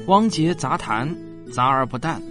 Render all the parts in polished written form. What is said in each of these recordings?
汪杰杂谈，杂而不淡。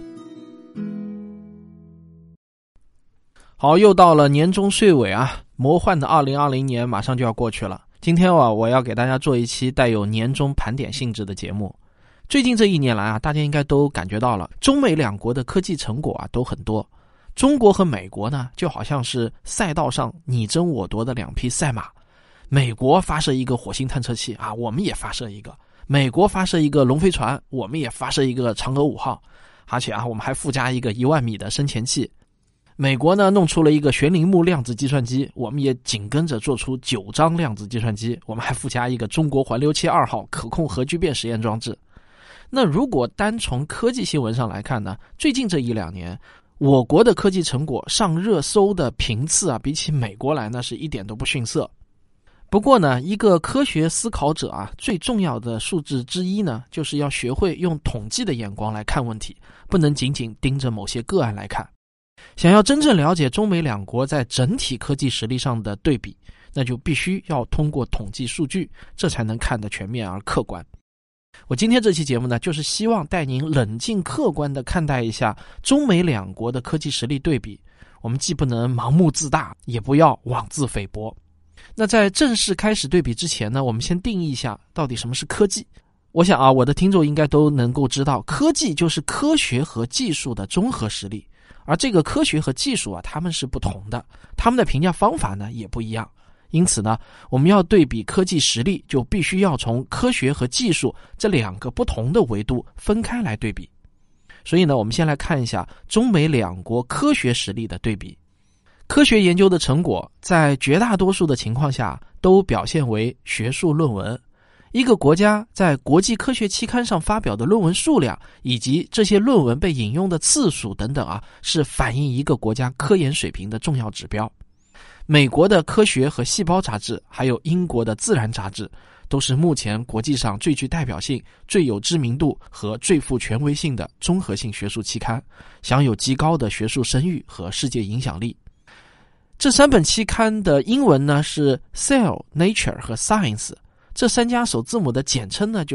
好，又到了年终岁尾啊，魔幻的2020年马上就要过去了。今天我要给大家做一期带有年终盘点性质的节目。最近这一年来啊，大家应该都感觉到了，中美两国的科技成果啊都很多。中国和美国呢，就好像是赛道上你争我夺的两匹赛马。美国发射一个火星探测器啊，我们也发射一个；美国发射一个龙飞船，我们也发射一个嫦娥5号。而且啊，我们还附加一个1万米的深潜器。美国呢弄出了一个玄铃木量子计算机，我们也紧跟着做出9张量子计算机，我们还附加一个中国环672号可控核聚变实验装置。那如果单从科技新闻上来看呢，最近这1-2年，我国的科技成果上热搜的频次啊，比起美国来呢是一点都不逊色。不过呢，一个科学思考者啊，最重要的素质之一呢，就是要学会用统计的眼光来看问题，不能仅仅盯着某些个案来看。想要真正了解中美两国在整体科技实力上的对比，那就必须要通过统计数据，这才能看得全面而客观。我今天这期节目呢，就是希望带您冷静客观地看待一下中美两国的科技实力对比。我们既不能盲目自大，也不要妄自菲薄。那在正式开始对比之前呢，我们先定义一下到底什么是科技。我想啊，我的听众应该都能够知道，科技就是科学和技术的综合实力。而这个科学和技术啊，它们是不同的，他们的评价方法呢也不一样。因此呢，我们要对比科技实力，就必须要从科学和技术这2个不同的维度分开来对比。所以呢，我们先来看一下中美两国科学实力的对比。科学研究的成果在绝大多数的情况下都表现为学术论文。一个国家在国际科学期刊上发表的论文数量，以及这些论文被引用的次数等等啊，是反映一个国家科研水平的重要指标。美国的科学和细胞杂志，还有英国的自然杂志，都是目前国际上最具代表性、最有知名度和最富权威性的综合性学术期刊，享有极高的学术声誉和世界影响力。这3本期刊的英文呢是 Cell、Nature 和 Science， 这3家首字母的简称呢就是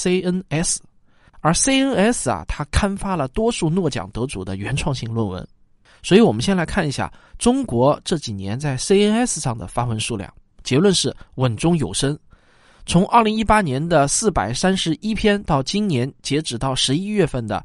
CNS。 而 CNS 啊，它刊发了多数诺奖得主的原创性论文。所以我们先来看一下中国这几年在 CNS 上的发文数量，结论是稳中有升。从2018年的431篇到今年截止到11月份的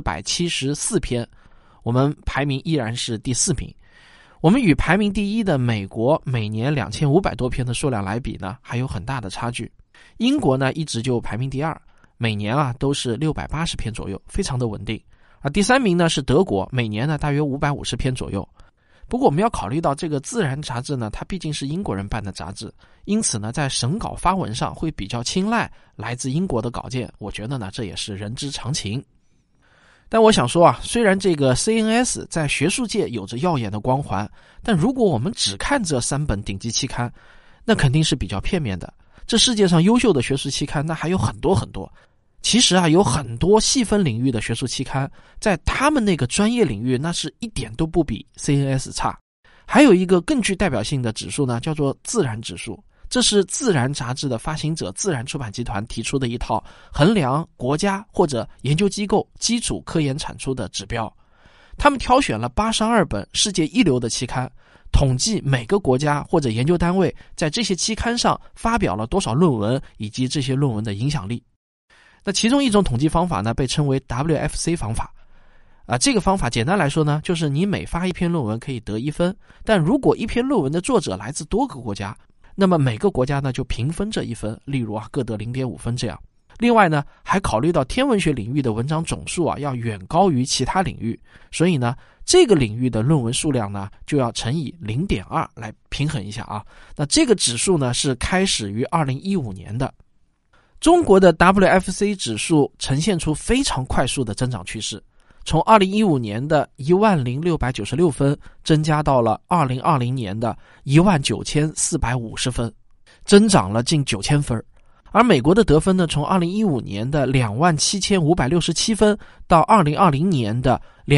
474篇，我们排名依然是第4名。我们与排名第1的美国每年2500多篇的数量来比呢，还有很大的差距。英国呢一直就排名第2，每年啊都是680篇左右，非常的稳定。而第3名呢是德国，每年呢大约550篇左右。不过我们要考虑到这个自然杂志呢，它毕竟是英国人办的杂志，因此呢在审稿发文上会比较青睐来自英国的稿件，我觉得呢这也是人之常情。但我想说啊，虽然这个 CNS 在学术界有着耀眼的光环，但如果我们只看这3本顶级期刊，那肯定是比较片面的。这世界上优秀的学术期刊那还有很多很多。其实啊，有很多细分领域的学术期刊，在他们那个专业领域那是一点都不比 CNS 差。还有一个更具代表性的指数呢，叫做自然指数。这是自然杂志的发行者自然出版集团提出的一套衡量国家或者研究机构基础科研产出的指标。他们挑选了82本世界一流的期刊，统计每个国家或者研究单位在这些期刊上发表了多少论文，以及这些论文的影响力。那其中一种统计方法呢，被称为 WFC 方法。这个方法简单来说呢，就是你每发一篇论文可以得1分，但如果一篇论文的作者来自多个国家，那么每个国家呢就平分这1分，例如啊各得 0.5 分这样。另外呢，还考虑到天文学领域的文章总数啊要远高于其他领域，所以呢这个领域的论文数量呢就要乘以 0.2 来平衡一下啊。那这个指数呢是开始于2015年的。中国的 WFC 指数呈现出非常快速的增长趋势，从2015年的10696分增加到了2020年的19450分，增长了近9000分。而美国的得分呢，从2015年的27567分到2020年的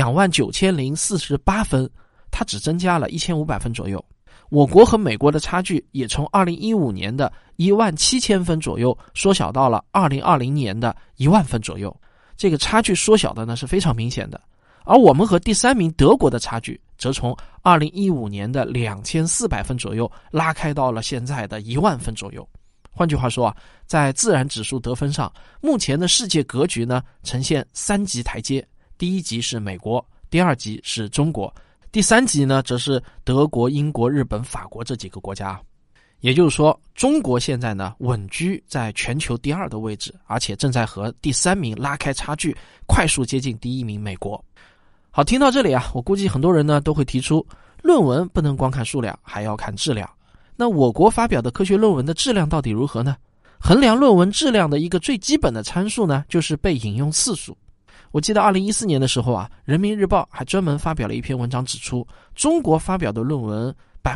29048分，它只增加了1500分左右。我国和美国的差距也从2015年的17000分左右缩小到了2020年的10000分左右。 这个差距缩小的呢是非常明显的。而我们和第3名德国的差距则从2015年的2400分左右拉开到了现在的10000分左右。换句话说啊，在自然指数得分上，目前的世界格局呢呈现3级台阶，第1级是美国，第2级是中国，第3级呢则是德国、英国、日本、法国这几个国家。也就是说，中国现在呢稳居在全球第2的位置，而且正在和第3名拉开差距，快速接近第1名美国。好，听到这里啊，我估计很多人呢都会提出，论文不能光看数量，还要看质量。那我国发表的科学论文的质量到底如何呢？衡量论文质量的一个最基本的参数呢，就是被引用次数。我记得2014年的时候啊，人民日报还专门发表了一篇文章，指出中国发表的论文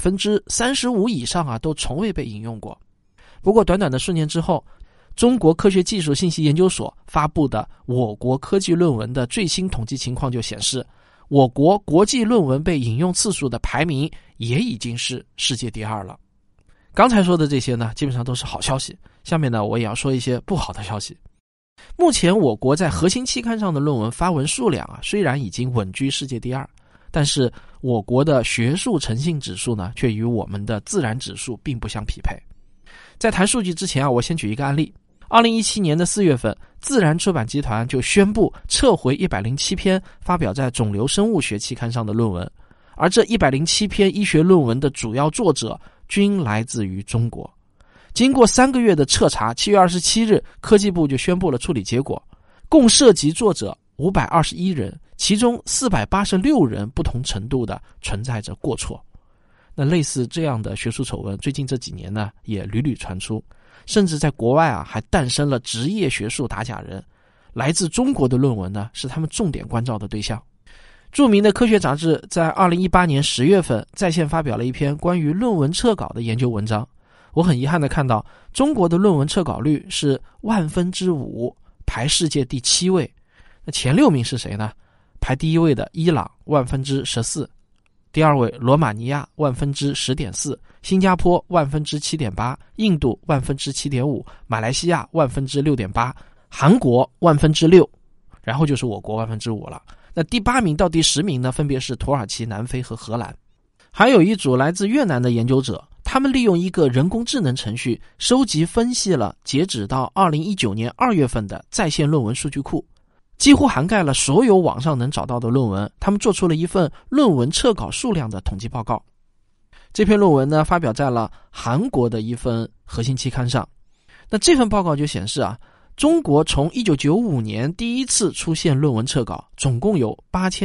35%以上啊都从未被引用过。不过短短的数年之后，中国科学技术信息研究所发布的我国科技论文的最新统计情况就显示，我国国际论文被引用次数的排名也已经是世界第2了。刚才说的这些呢，基本上都是好消息。下面呢，我也要说一些不好的消息。目前我国在核心期刊上的论文发文数量啊，虽然已经稳居世界第2，但是我国的学术诚信指数呢，却与我们的自然指数并不相匹配。在谈数据之前啊，我先举一个案例。2017年的4月份，自然出版集团就宣布撤回107篇发表在肿瘤生物学期刊上的论文，而这107篇医学论文的主要作者均来自于中国。经过3个月的彻查，7月27日，科技部就宣布了处理结果，共涉及作者521人，其中486人不同程度的存在着过错。那类似这样的学术丑闻，最近这几年呢，也屡屡传出，甚至在国外啊，还诞生了职业学术打假人。来自中国的论文呢，是他们重点关照的对象。著名的科学杂志在2018年10月份在线发表了一篇关于论文撤稿的研究文章。我很遗憾地看到，中国的论文撤稿率是5%，排世界第7位。那前6名是谁呢？排第1位的伊朗14%，第2位罗马尼亚10.4%，新加坡7.8%，印度7.5%，马来西亚6.8%，韩国6%，然后就是我国5%了。那第8名到第10名呢，分别是土耳其、南非和荷兰。还有一组来自越南的研究者，他们利用一个人工智能程序收集分析了截止到2019年2月份的在线论文数据库，几乎涵盖了所有网上能找到的论文。他们做出了一份论文撤稿数量的统计报告。这篇论文呢，发表在了韩国的一份核心期刊上。那这份报告就显示啊，中国从1995年第一次出现论文撤稿，总共有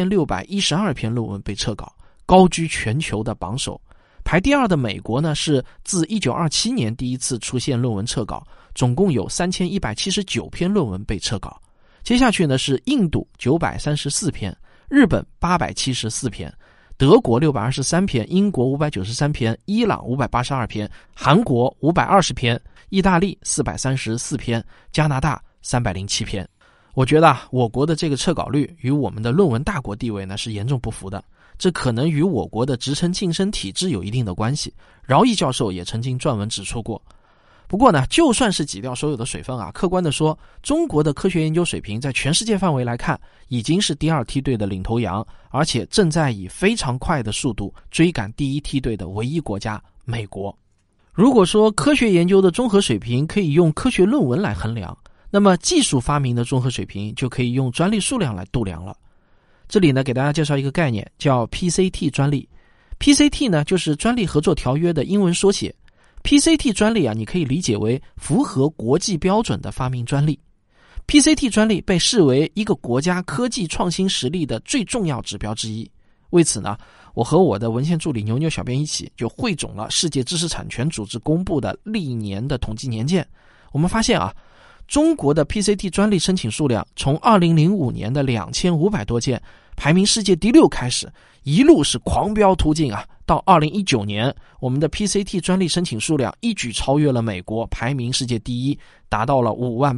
8612篇论文被撤稿，高居全球的榜首。排第2的美国呢，是自1927年第一次出现论文撤稿，总共有3179篇论文被撤稿。接下去呢是印度934篇，日本874篇，德国623篇，英国593篇，伊朗582篇，韩国520篇，意大利434篇，加拿大307篇。我觉得我国的这个撤稿率与我们的论文大国地位呢是严重不符的，这可能与我国的职称晋升体制有一定的关系。饶毅教授也曾经撰文指出过。不过呢，就算是挤掉所有的水分啊，客观的说，中国的科学研究水平在全世界范围来看，已经是第2梯队的领头羊，而且正在以非常快的速度追赶第1梯队的唯一国家美国。如果说科学研究的综合水平可以用科学论文来衡量，那么技术发明的综合水平就可以用专利数量来度量了。这里呢，给大家介绍一个概念，叫 PCT 专利。PCT 呢，就是专利合作条约的英文缩写。PCT 专利啊，你可以理解为符合国际标准的发明专利。PCT 专利被视为一个国家科技创新实力的最重要指标之一。为此呢，我和我的文献助理牛牛小编一起就汇总了世界知识产权组织公布的历年的统计年鉴。我们发现啊，中国的 PCT 专利申请数量从2005年的2500多件排名世界第6开始，一路是狂飙突进啊，到2019年，我们的 PCT 专利申请数量一举超越了美国，排名世界第1，达到了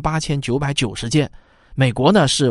58990件。美国呢是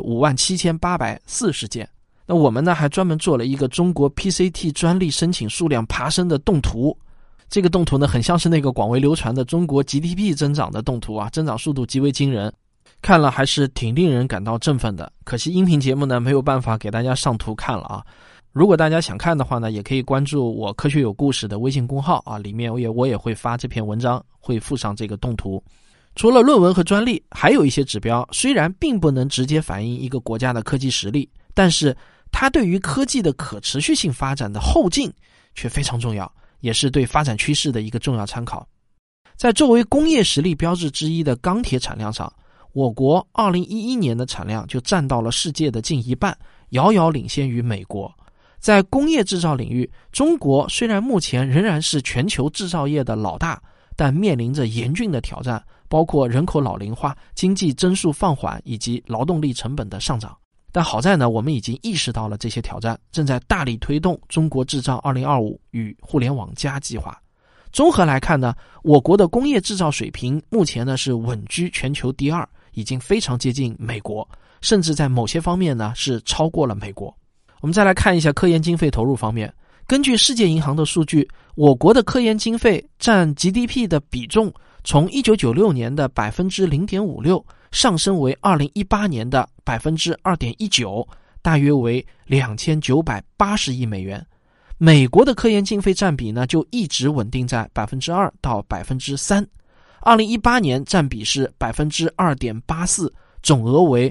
57840件。那我们呢还专门做了一个中国 PCT 专利申请数量爬升的动图。这个动图呢很像是那个广为流传的中国 GDP 增长的动图啊，增长速度极为惊人。 看了还是挺令人感到振奋的。可惜音频节目呢没有办法给大家上图看了啊。如果大家想看的话呢，也可以关注我科学有故事的微信公号啊，里面我也会发这篇文章，会附上这个动图。除了论文和专利，还有一些指标虽然并不能直接反映一个国家的科技实力，但是它对于科技的可持续性发展的后劲却非常重要，也是对发展趋势的一个重要参考。在作为工业实力标志之一的钢铁产量上，我国2011年的产量就占到了世界的近一半，遥遥领先于美国。在工业制造领域，中国虽然目前仍然是全球制造业的老大，但面临着严峻的挑战，包括人口老龄化、经济增速放缓以及劳动力成本的上涨。但好在呢，我们已经意识到了这些挑战，正在大力推动中国制造2025与互联网+计划。综合来看呢，我国的工业制造水平目前呢是稳居全球第2，已经非常接近美国，甚至在某些方面呢是超过了美国。我们再来看一下科研经费投入方面，根据世界银行的数据，我国的科研经费占 GDP 的比重从1996年的 0.56% 上升为2018年的 2.19%， 大约为2980亿美元。美国的科研经费占比呢就一直稳定在 2% 到 3%， 2018年占比是 2.84%， 总额为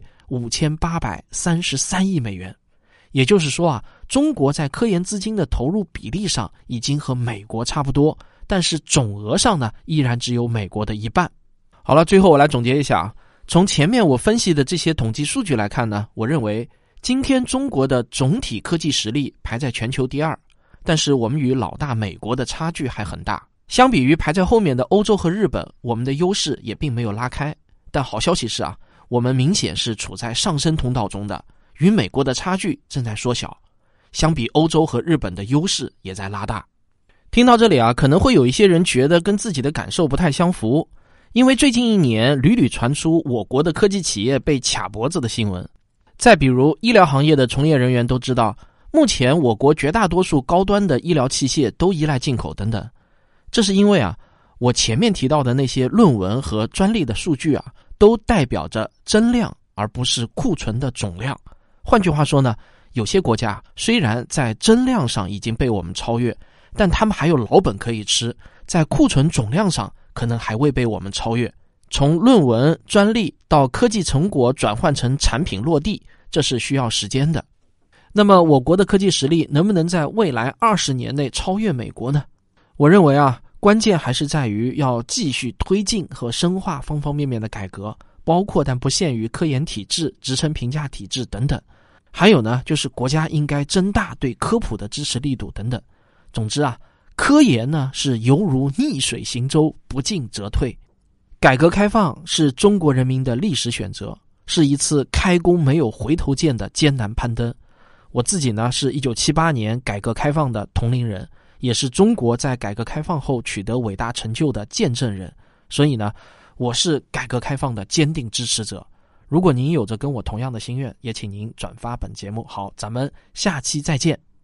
5833亿美元。也就是说啊，中国在科研资金的投入比例上已经和美国差不多，但是总额上呢依然只有美国的一半。好了，最后我来总结一下啊，从前面我分析的这些统计数据来看呢，我认为今天中国的总体科技实力排在全球第2，但是我们与老大美国的差距还很大。相比于排在后面的欧洲和日本，我们的优势也并没有拉开。但好消息是啊，我们明显是处在上升通道中的，与美国的差距正在缩小，相比欧洲和日本的优势也在拉大。听到这里啊，可能会有一些人觉得跟自己的感受不太相符，因为最近一年屡屡传出我国的科技企业被卡脖子的新闻。再比如医疗行业的从业人员都知道，目前我国绝大多数高端的医疗器械都依赖进口等等。这是因为啊，我前面提到的那些论文和专利的数据啊，都代表着增量而不是库存的总量。换句话说呢，有些国家虽然在增量上已经被我们超越，但他们还有老本可以吃，在库存总量上可能还未被我们超越。从论文、专利到科技成果转换成产品落地，这是需要时间的。那么我国的科技实力能不能在未来20年内超越美国呢？我认为啊，关键还是在于要继续推进和深化方方面面的改革，包括但不限于科研体制、职称评价体制等等。还有呢，就是国家应该增大对科普的支持力度等等。总之啊，科研呢是犹如逆水行舟，不进则退。改革开放是中国人民的历史选择，是一次开弓没有回头箭的艰难攀登。我自己呢是1978年改革开放的同龄人，也是中国在改革开放后取得伟大成就的见证人，所以呢，我是改革开放的坚定支持者。如果您有着跟我同样的心愿，也请您转发本节目。好，咱们下期再见。